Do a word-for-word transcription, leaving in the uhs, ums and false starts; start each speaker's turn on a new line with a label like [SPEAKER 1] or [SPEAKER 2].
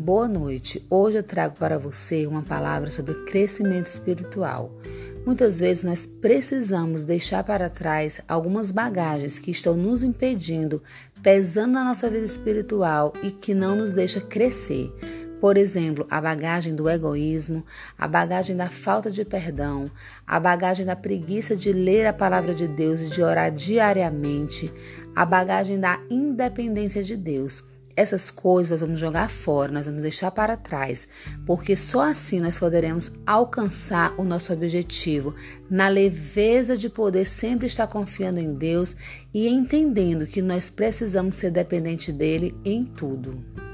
[SPEAKER 1] boa noite. Hoje eu trago para você uma palavra sobre crescimento espiritual. Muitas vezes nós precisamos deixar para trás algumas bagagens que estão nos impedindo, pesando na nossa vida espiritual e que não nos deixa crescer. Por exemplo, a bagagem do egoísmo, a bagagem da falta de perdão, a bagagem da preguiça de ler a palavra de Deus e de orar diariamente, a bagagem da independência de Deus. Essas coisas nós vamos jogar fora, nós vamos deixar para trás, porque só assim nós poderemos alcançar o nosso objetivo, na leveza de poder sempre estar confiando em Deus e entendendo que nós precisamos ser dependentes dele em tudo.